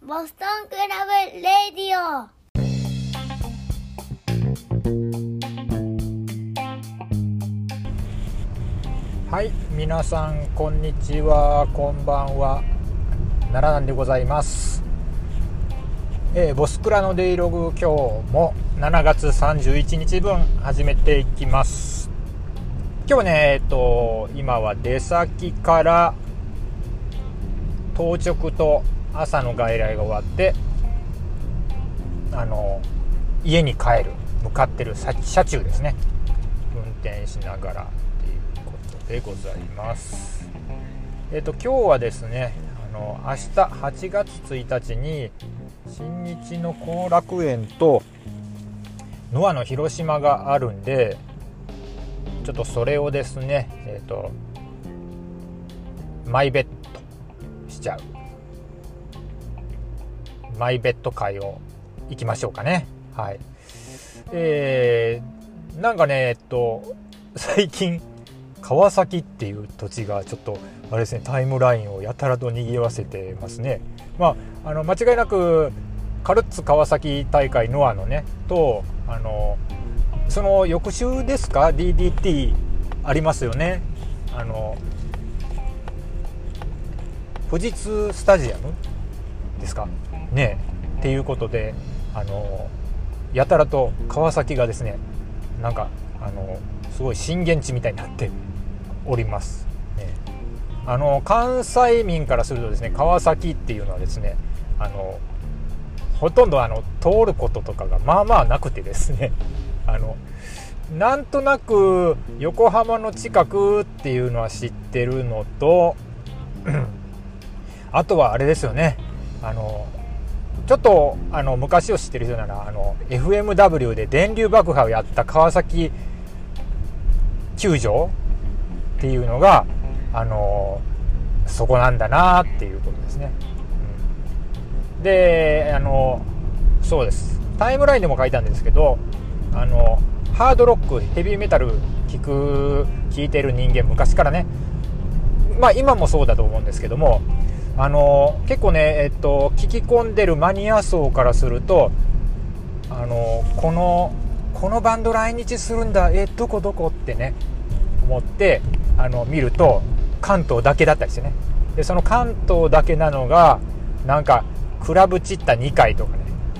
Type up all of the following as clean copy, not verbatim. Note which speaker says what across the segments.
Speaker 1: ボストンクラブレディオ。
Speaker 2: はい、皆さんこんにちは、こんばんは。奈良なんでございます。ボスクラのデイログ、今日も7月31日分始めていきます。今日ね、今は出先から到着と朝の外来が終わって家に帰る向かってる車中ですね。運転しながらっていうことでございます。今日はですね、明日8月1日に新日の後楽園とノアの広島があるんで、ちょっとそれをですね、マイベッドしちゃうマイベッド会を行きましょうかね。はい。なんかね、最近川崎っていう土地がちょっとあれですね、タイムラインをやたらと賑わせてますね。間違いなくカルッツ川崎大会ノアのねとその翌週ですか、 DDT ありますよね。富士通スタジアムですかね。っていうことでやたらと川崎がですね、なんかすごい震源地みたいになっております、ね。関西民からするとですね、川崎っていうのはですね、ほとんど通ることとかがまあまあなくてですね、なんとなく横浜の近くっていうのは知ってるのとあとはあれですよね、ちょっと昔を知ってる人ならFMW で電流爆破をやった川崎球場っていうのがそこなんだなっていうことですね。でそうです、タイムラインでも書いたんですけど、ハードロックヘビーメタル聴いてる人間、昔からね、今もそうだと思うんですけども、結構ね、聞き込んでるマニア層からするとこのバンド来日するんだ、どこってね思って見ると関東だけだったりしてね。でその関東だけなのがなんかクラブチッタ2回とか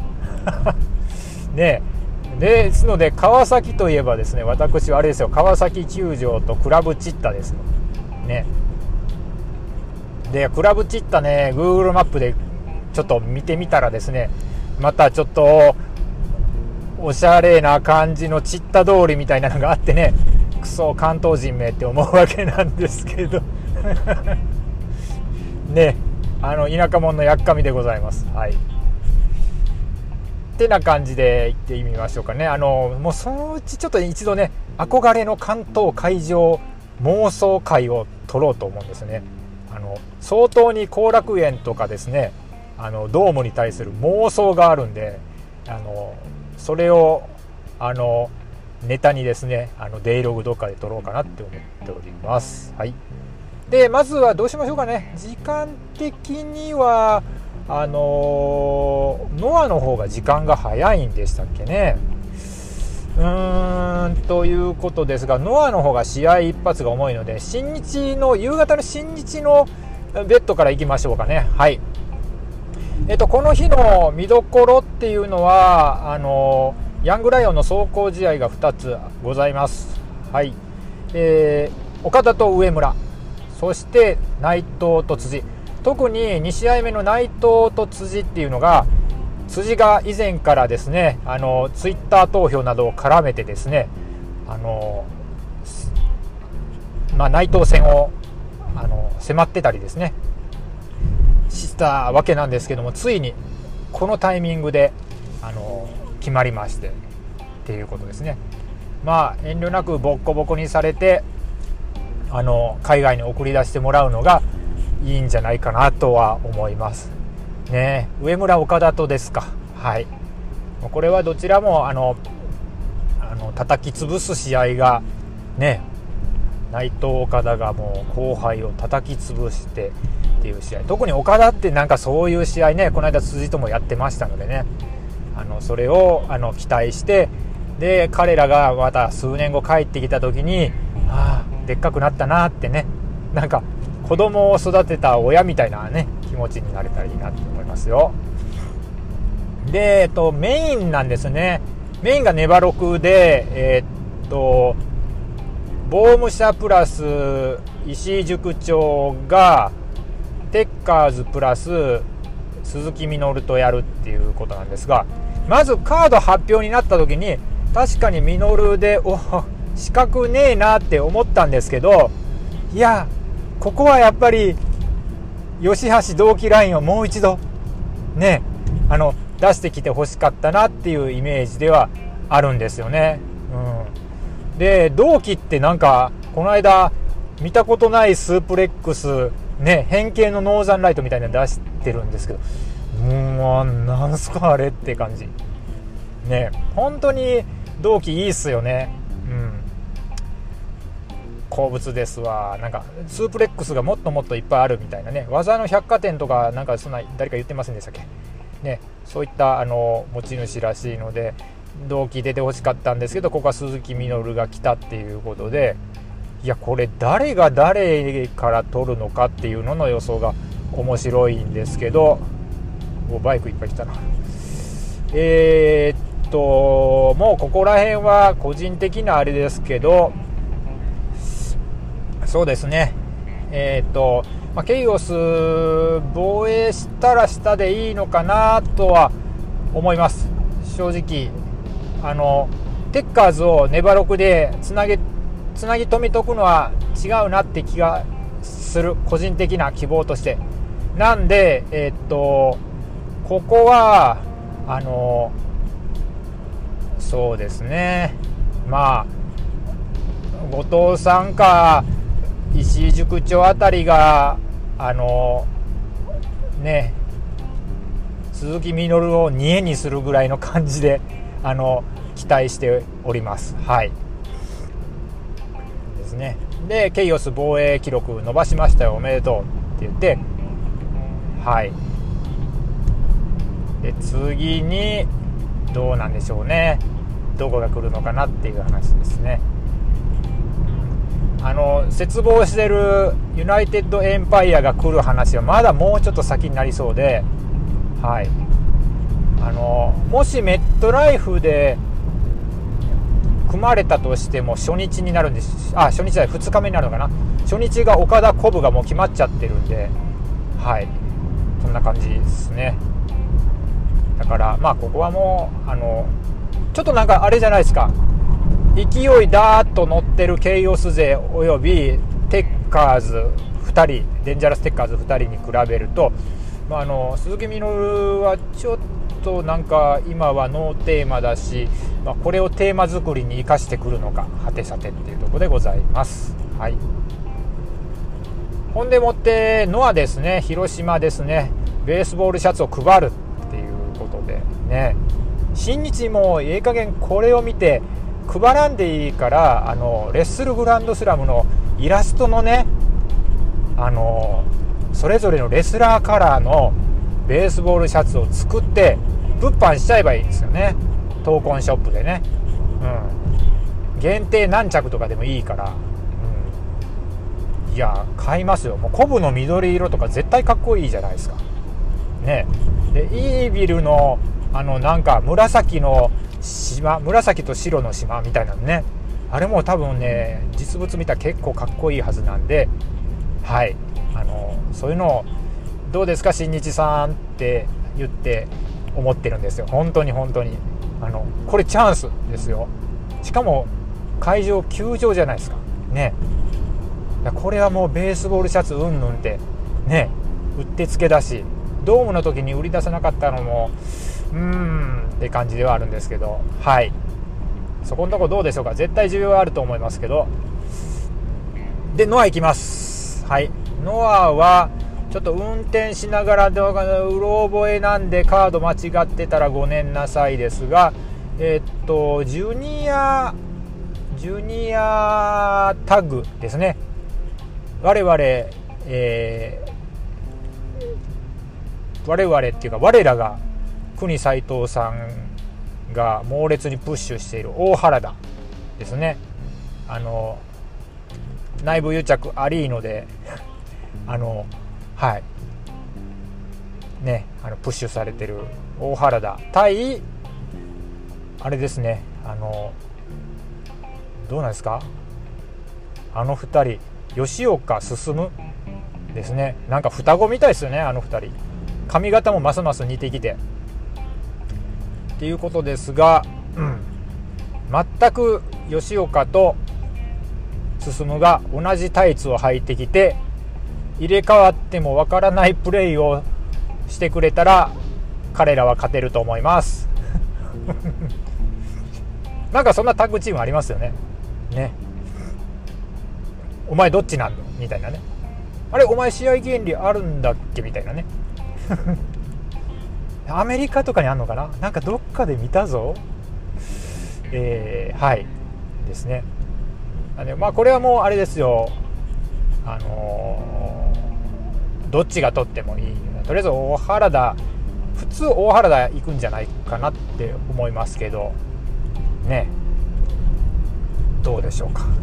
Speaker 2: ねね。ですので川崎といえばですね、私はあれですよ、川崎球場とクラブチッタですよね。でクラブチッタね、 Google マップでちょっと見てみたらですね、またちょっとおしゃれな感じのチッタ通りみたいなのがあってね、クソ関東人名って思うわけなんですけどね、田舎者のやっかみでございます。はい。ってな感じで行ってみましょうかね。もうそのうちちょっと一度ね、憧れの関東会場妄想会を取ろうと思うんですね。相当に後楽園とかですね、ドームに対する妄想があるんで、それをネタにですね、デイログどっかで撮ろうかなって思っております。はい。でまずはどうしましょうかね。時間的にはノアの方が時間が早いんでしたっけね。ということですが、ノアの方が試合一発が重いので、夕方の新日のベッドから行きましょうかね。はい。この日の見どころっていうのはヤングライオンの壮行試合が2つございます。はい。岡田と上村、そして内藤と辻。特に2試合目の内藤と辻っていうのが、辻が以前からですね、ツイッター投票などを絡めてですね、内藤戦を迫ってたりですねしたわけなんですけども、ついにこのタイミングで決まりましてっていうことですね。遠慮なくボッコボコにされて海外に送り出してもらうのがいいんじゃないかなとは思いますね。上村岡田とですか。はい。これはどちらも叩き潰す試合がね、内藤岡田がもう後輩を叩き潰してっていう試合、特に岡田ってなんかそういう試合ね、この間辻ともやってましたのでね、それを期待して、で彼らがまた数年後帰ってきた時に、でっかくなったなってね、なんか子供を育てた親みたいなね気持ちになれたらいいなと思いますよ。で、メインなんですね。メインがネバロクで、ボーム社プラス石井塾長がテッカーズプラス鈴木みのるとやるっていうことなんですが、まずカード発表になった時に確かにみのるで資格ねえなって思ったんですけど、いやここはやっぱり吉橋同期ラインをもう一度ね出してきてほしかったなっていうイメージではあるんですよね。で同期ってなんかこの間見たことないスープレックスね、変形のノーザンライトみたいなの出してるんですけど、もうなんすかあれって感じね。本当に同期いいっすよね。好物ですわ。なんかスープレックスがもっともっといっぱいあるみたいなね、技の百貨店とかなんかそんな誰か言ってませんでしたっけね。そういった持ち主らしいので同期出てほしかったんですけど、ここは鈴木みのるが来たっていうことで、いやこれ誰が誰から取るのかっていうのの予想が面白いんですけど、バイクいっぱい来たな。もうここら辺は個人的なあれですけど、そうですね、ケイオス防衛したら下でいいのかなとは思います。正直テッカーズをネバロクでつなぎ止めとくのは違うなって気がする、個人的な希望として。なんでここはそうですね、後藤さんか石井塾長あたりが鈴木みのるを2円にするぐらいの感じで期待しております。はいですね。でケイオス防衛記録伸ばしましたよ、おめでとうって言って、はい。で次にどうなんでしょうね、どこが来るのかなっていう話ですね。切望してるユナイテッドエンパイアが来る話はまだもうちょっと先になりそうで、はい。もしメットライフで組まれたとしても初日になるんです。初日は2日目になるのかな。初日が岡田コブがもう決まっちゃってるんで、はい、そんな感じですね。だからここはもうちょっとなんかあれじゃないですか、勢いダーッと乗ってるケイオス勢およびテッカーズ2人、デンジャラステッカーズ2人に比べると、鈴木みのるはちょっとなんか今はノーテーマだし、これをテーマ作りに生かしてくるのかはてさてっていうところでございます。はい。ほんでもってノアですね、広島ですね、ベースボールシャツを配るっていうことでね、新日もいい加減これを見て配らんでいいからレッスルグランドスラムのイラストのねそれぞれのレスラーカラーのベースボールシャツを作って物販しちゃえばいいんですよね、闘魂ショップでね、限定何着とかでもいいから、いや買いますよ。もうコブの緑色とか絶対かっこいいじゃないですかね。でイービルのなんか紫の島、紫と白の島みたいなのね、あれも多分ね実物見たら結構かっこいいはずなんで、はい、そういうのをどうですか新日さんって言って思ってるんですよ。本当にこれチャンスですよ。しかも会場球場じゃないですかね。これはもうベースボールシャツうんぬんってね、うってつけだし、ドームの時に売り出さなかったのもって感じではあるんですけど、はい、そこのとこどうでしょうか。絶対需要はあると思いますけど。でノア行きます。はい、ノアはちょっと運転しながらうろ覚えなんでカード間違ってたらごめんなさいですが、ジュニアタグですね。我々、 我々っていうか我らが国斉藤さんが猛烈にプッシュしている大原田ですね。内部癒着ありーのではいね、プッシュされてる大原田対あれですね、どうなんですか、2人吉岡進ですね。なんか双子みたいですよね、2人。髪型もますます似てきてっていうことですが、全く吉岡と進が同じタイツを履いてきて入れ替わってもわからないプレーをしてくれたら彼らは勝てると思いますなんかそんなタッグチームありますよね。お前どっちなんのみたいなね。あれお前試合原理あるんだっけみたいなねアメリカとかにあんのかな、なんかどっかで見たぞ。はいですね。これはもうあれですよ、どっちが取ってもいい。とりあえず大原田、普通大原田行くんじゃないかなって思いますけどね、どうでしょうか。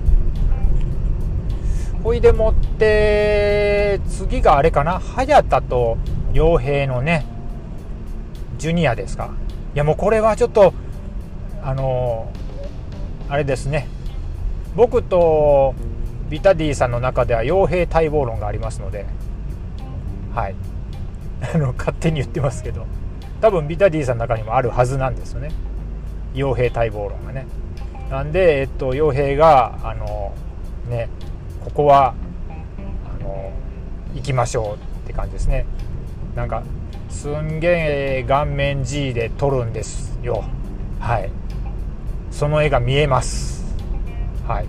Speaker 2: ほいでもって次があれかな、早田と陽平のねジュニアですか。いやもうこれはちょっとあれですね、僕とビタディさんの中では陽平待望論がありますので、はい勝手に言ってますけど、多分ビタディさんの中にもあるはずなんですよね、陽平待望論がね。なんで陽平がここは行きましょうって感じですね。なんかすんげえ顔面 G で撮るんですよ。はい、その絵が見えます。はい、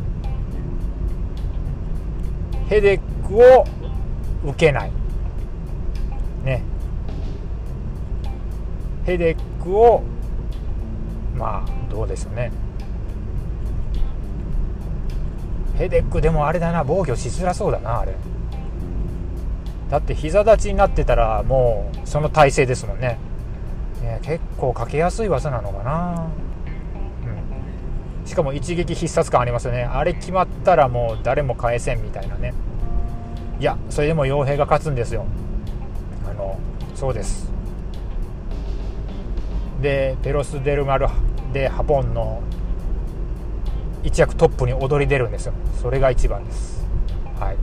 Speaker 2: ヘデックを受けないね、ヘデックをどうでしょうね。ヘデックでもあれだな、防御しづらそうだなあれ。だって膝立ちになってたらもうその体勢ですもんね。結構かけやすい技なのかな、しかも一撃必殺感ありますよね。あれ決まったらもう誰も返せんみたいなね。いやそれでも陽平が勝つんですよ。そうです。でペロス・デルマルでハポンの一躍トップに躍り出るんですよ。それが一番です。はい、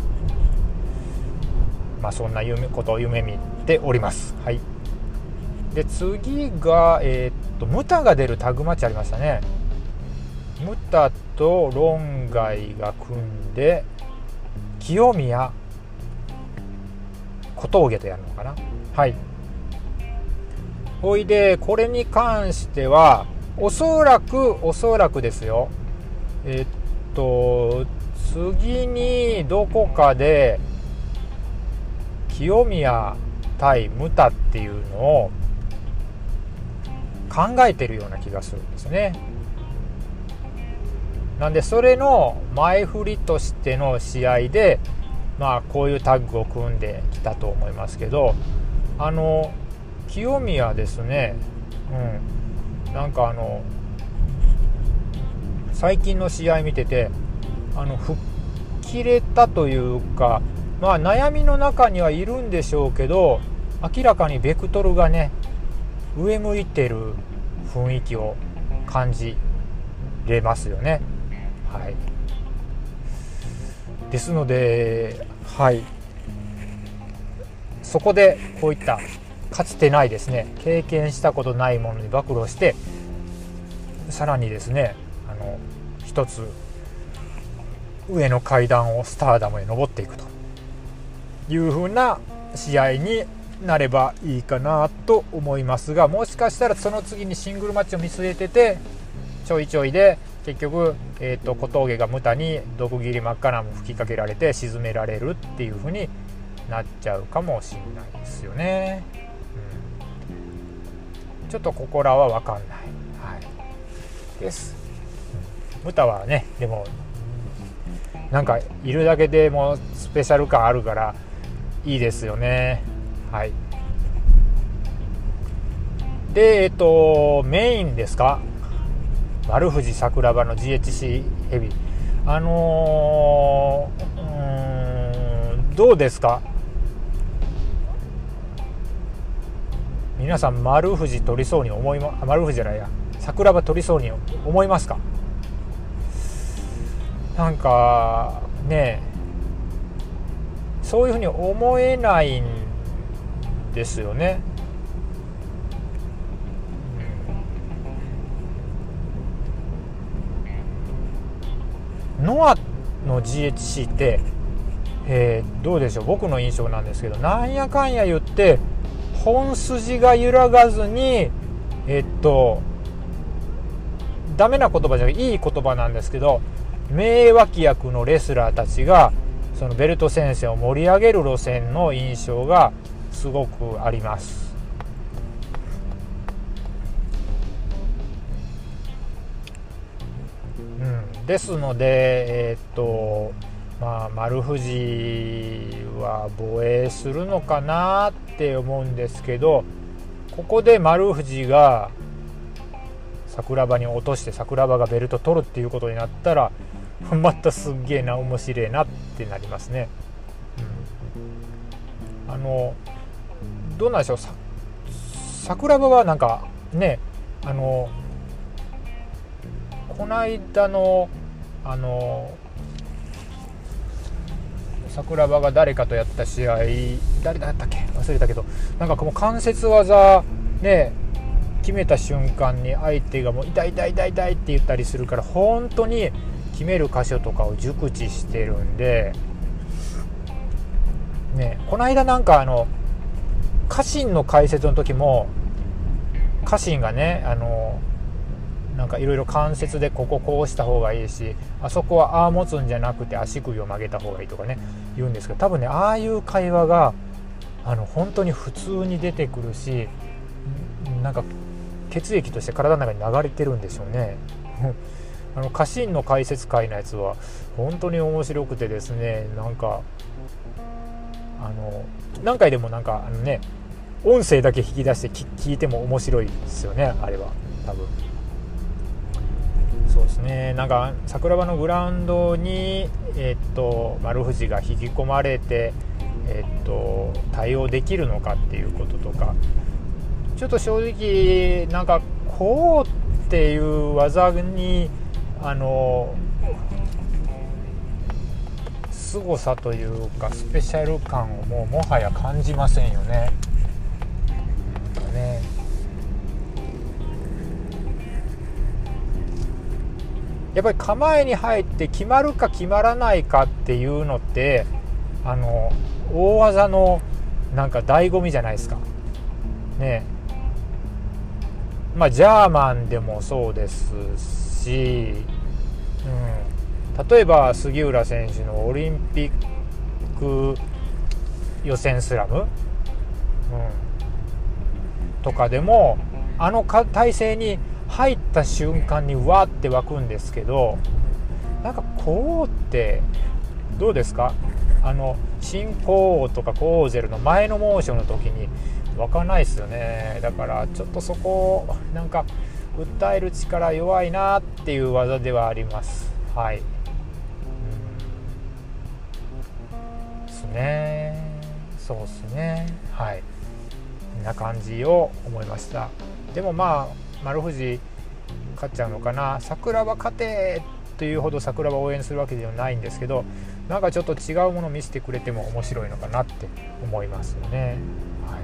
Speaker 2: そんなことを夢見ております。はい。で次がムタが出るタッグマッチありましたね。ムタとロンガイが組んで清宮小峠とやるのかな。はい。ほいでこれに関してはおそらくですよ、次にどこかで清宮対ムタっていうのを考えてるような気がするんですね。なんでそれの前振りとしての試合でこういうタッグを組んできたと思いますけど、清宮ですね、なんか最近の試合見てて吹っ切れたというか、悩みの中にはいるんでしょうけど、明らかにベクトルがね上向いてる雰囲気を感じれますよね。はい。ですので、はい、そこでこういったかつてないですね、経験したことないものに暴露して、さらにですね一つ上の階段をスターダムへ登っていくという風な試合になればいいかなと思いますが、もしかしたらその次にシングルマッチを見据えててちょいちょいで結局、小峠がムタに毒斬り真っ赤なも吹きかけられて沈められるっていう風になっちゃうかもしれないですよね。ちょっとここらは分かんない、です。ムタはねでもなんかいるだけでもスペシャル感あるからいいですよね。はい。 でメインですか、丸藤桜庭の GHC ヘビー、どうですか皆さん、丸藤取りそうに丸藤じゃないや、桜庭取りそうに思いますか？なんかね、そういうふうに思えないんですよね。ノアの GHC って、どうでしょう、僕の印象なんですけど、なんやかんや言って本筋が揺らがずにダメな言葉じゃなくていい言葉なんですけど、名脇役のレスラーたちがそのベルト戦線を盛り上げる路線の印象がすごくあります。ですので、丸藤は防衛するのかなって思うんですけど、ここで丸藤が桜庭に落として桜庭がベルト取るっていうことになったら、またすっげえな、面白いなってなりますね。どうなんでしょう、桜庭はなんかね、この間の桜庭が誰かとやった試合、誰だったっけ忘れたけど、なんかこの関節技ね決めた瞬間に相手がもう痛い痛い痛い痛いって言ったりするから、本当に決める箇所とかを熟知してるんでね。この間なんか家臣の解説の時も、家臣がねなんかいろいろ関節でこうした方がいいし、あそこは持つんじゃなくて足首を曲げた方がいいとかね言うんですけど、多分ねああいう会話が本当に普通に出てくるし、なんか血液として体の中に流れてるんでしょうね。家臣の解説会のやつは本当に面白くてですね、なんか何回でもなんか音声だけ引き出して聞いても面白いですよね、あれは多分。そうですね、なんか桜庭のグラウンドに、丸藤が引き込まれて、対応できるのかっていうこととか、ちょっと正直なんかこうっていう技に凄さというかスペシャル感をもはや感じませんよね。やっぱり構えに入って決まるか決まらないかっていうのって大技のなんか醍醐味じゃないですかね。ジャーマンでもそうですし、例えば杉浦選手のオリンピック予選スラム、とかでも体勢に入った瞬間にわーって湧くんですけど、なんかこうってどうですか、新コーとかコーゼルの前のモーションの時に湧かないですよね。だからちょっとそこをなんか訴える力弱いなっていう技ではあります。はい、ですね。そうですね。はい、こんな感じを思いました。でも丸藤勝っちゃうのかな。桜庭勝てというほど桜庭を応援するわけではないんですけど、なんかちょっと違うものを見せてくれても面白いのかなって思いますよね。はい、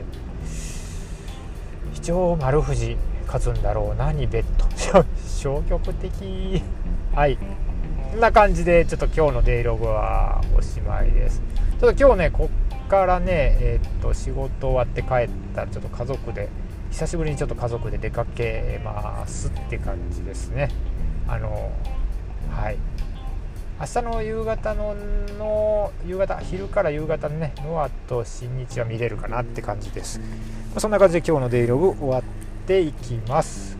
Speaker 2: 一応丸藤勝つんだろうなにベッド消極的。はい、こんな感じでちょっと今日のデイログはおしまいです。ちょっと今日ねこっからね仕事終わって帰ったちょっと家族で久しぶりにちょっと家族で出かけますって感じですね。はい、明日の夕方昼から夕方のねノアと新日は見れるかなって感じです。そんな感じで今日のデイログ終わっていきます。